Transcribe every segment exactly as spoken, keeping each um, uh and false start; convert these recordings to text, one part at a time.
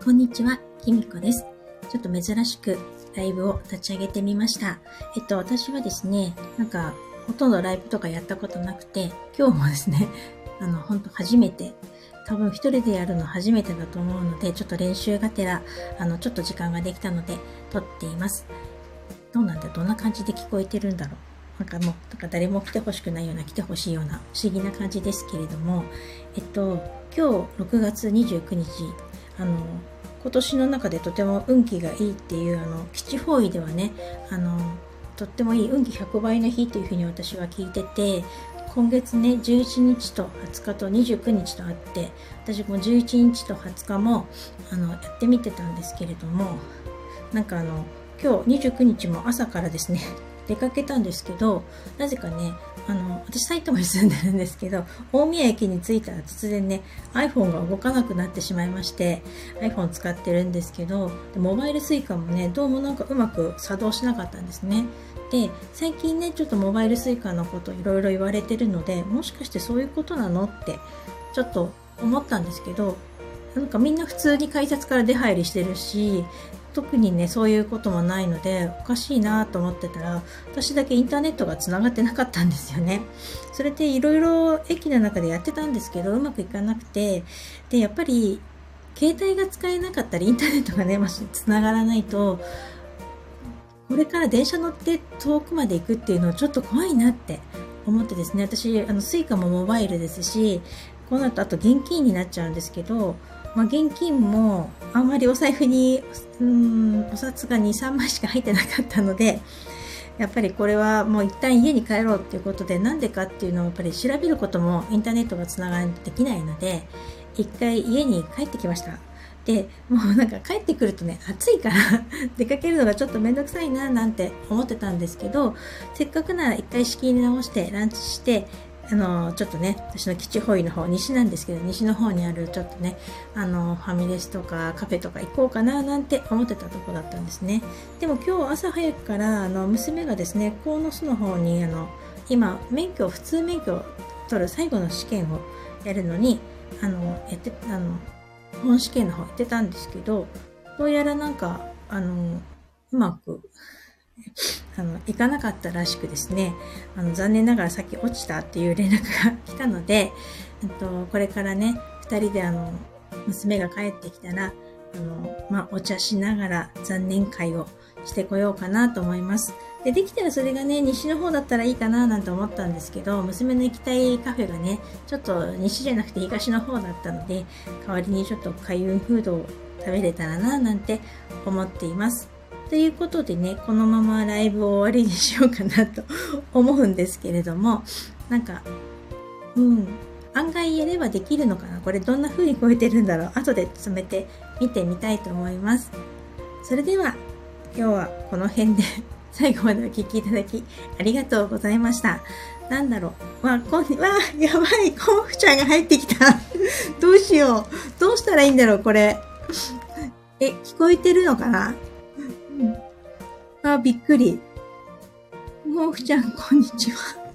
こんにちは、きみこです。ちょっと珍しくライブを立ち上げてみました。えっと、私はですね、なんか、ほとんどライブとかやったことなくて、今日もですね、あの、ほんと初めて、多分一人でやるの初めてだと思うので、ちょっと練習がてら、あの、ちょっと時間ができたので、撮っています。どうなんだ、どんな感じで聞こえてるんだろう。なんかもう、なんか誰も来てほしくないような、来てほしいような、不思議な感じですけれども、えっと、今日ろくがつにじゅうくにち、あの、今年の中でとても運気がいいっていう、あの、基地方位ではね、あの、とってもいい運気ひゃくばいの日というふうに私は聞いてて、今月ね、じゅういちにちとはつかとにじゅうくにちとあって、私もじゅういちにちとはつかも、あの、やってみてたんですけれども、なんかあの、今日にじゅうくにちも朝からですね、出かけたんですけど、なぜかね、あの、私埼玉に住んでるんですけど、大宮駅に着いたら突然ね、iPhone が動かなくなってしまいまして、iPhone 使ってるんですけど、モバイル Suica もね、どうもなんかうまく作動しなかったんですね。で、最近ね、ちょっとモバイル Suica のこといろいろ言われてるので、もしかしてそういうことなのってちょっと思ったんですけど、なんかみんな普通に改札から出入りしてるし、特にね、そういうこともないので、おかしいなと思ってたら、私だけインターネットが繋がってなかったんですよね。それでいろいろ駅の中でやってたんですけど、うまくいかなくて、で、やっぱり、携帯が使えなかったり、インターネットがね、もし繋がらないと、これから電車乗って遠くまで行くっていうのはちょっと怖いなって思ってですね、私、あの、スイカもモバイルですし、こうなるとあと現金になっちゃうんですけど、まあ、現金もあんまりお財布にうーんお札がに、さんまいしか入ってなかったので、やっぱりこれはもう一旦家に帰ろうっていうことで、なんでかっていうのをやっぱり調べることもインターネットがつながらできないので、一回家に帰ってきました。で、もうなんか帰ってくるとね、暑いから出かけるのがちょっとめんどくさいななんて思ってたんですけど、せっかくなら一回仕切り直してランチして、あの、ちょっとね、私の基地方位の方、西なんですけど、西の方にあるちょっとね、あの、ファミレスとかカフェとか行こうかななんて思ってたとこだったんですね。でも今日朝早くから、あの、娘がですね、鴻巣の方に、あの、今、免許、普通免許を取る最後の試験をやるのに、あの、やって、あの、本試験の方行ってたんですけど、どうやらなんか、あの、うまく、あの、行かなかったらしくですね、あの、残念ながらさっき落ちたっていう連絡が来たので、えっと、これからね、二人であの、娘が帰ってきたら、あの、まあ、お茶しながら残念会をしてこようかなと思います。で、できたらそれがね、西の方だったらいいかななんて思ったんですけど、娘の行きたいカフェがね、ちょっと西じゃなくて東の方だったので、代わりにちょっと開運フードを食べれたらななんて思っています。ということでね、このままライブを終わりにしようかなと思うんですけれども、なんか、うん、案外やればできるのかな、これどんな風に超えてるんだろう、後で詰めて見てみたいと思います。それでは、今日はこの辺で最後までお聞きいただきありがとうございました。なんだろう、わ、こん、わ、やばい、コンフちゃんが入ってきた。どうしよう。どうしたらいいんだろう、これ。え、聞こえてるのかな？あ、びっくり。モフちゃん、こんにちは。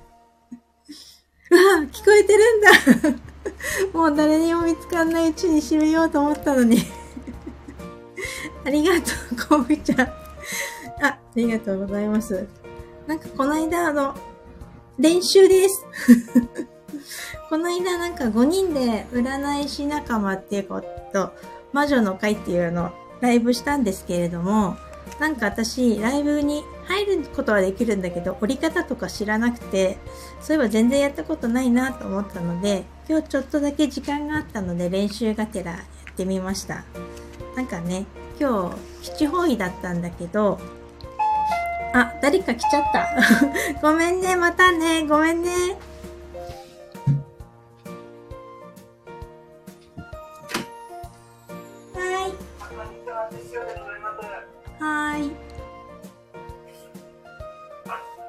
あ、聞こえてるんだ。もう誰にも見つかんないうちに閉めようと思ったのに。ありがとう、モフちゃん。あ、ありがとうございます。なんかこの間、あの、練習です。この間なんかごにんで占い師仲間っていうこと、魔女の会っていうのライブしたんですけれども、なんか私、ライブに入ることはできるんだけど、折り方とか知らなくて、そういえば全然やったことないなと思ったので、今日ちょっとだけ時間があったので練習がてらやってみました。なんかね、今日、基地方位だったんだけど、あ、誰か来ちゃった。ごめんね、またね、ごめんね。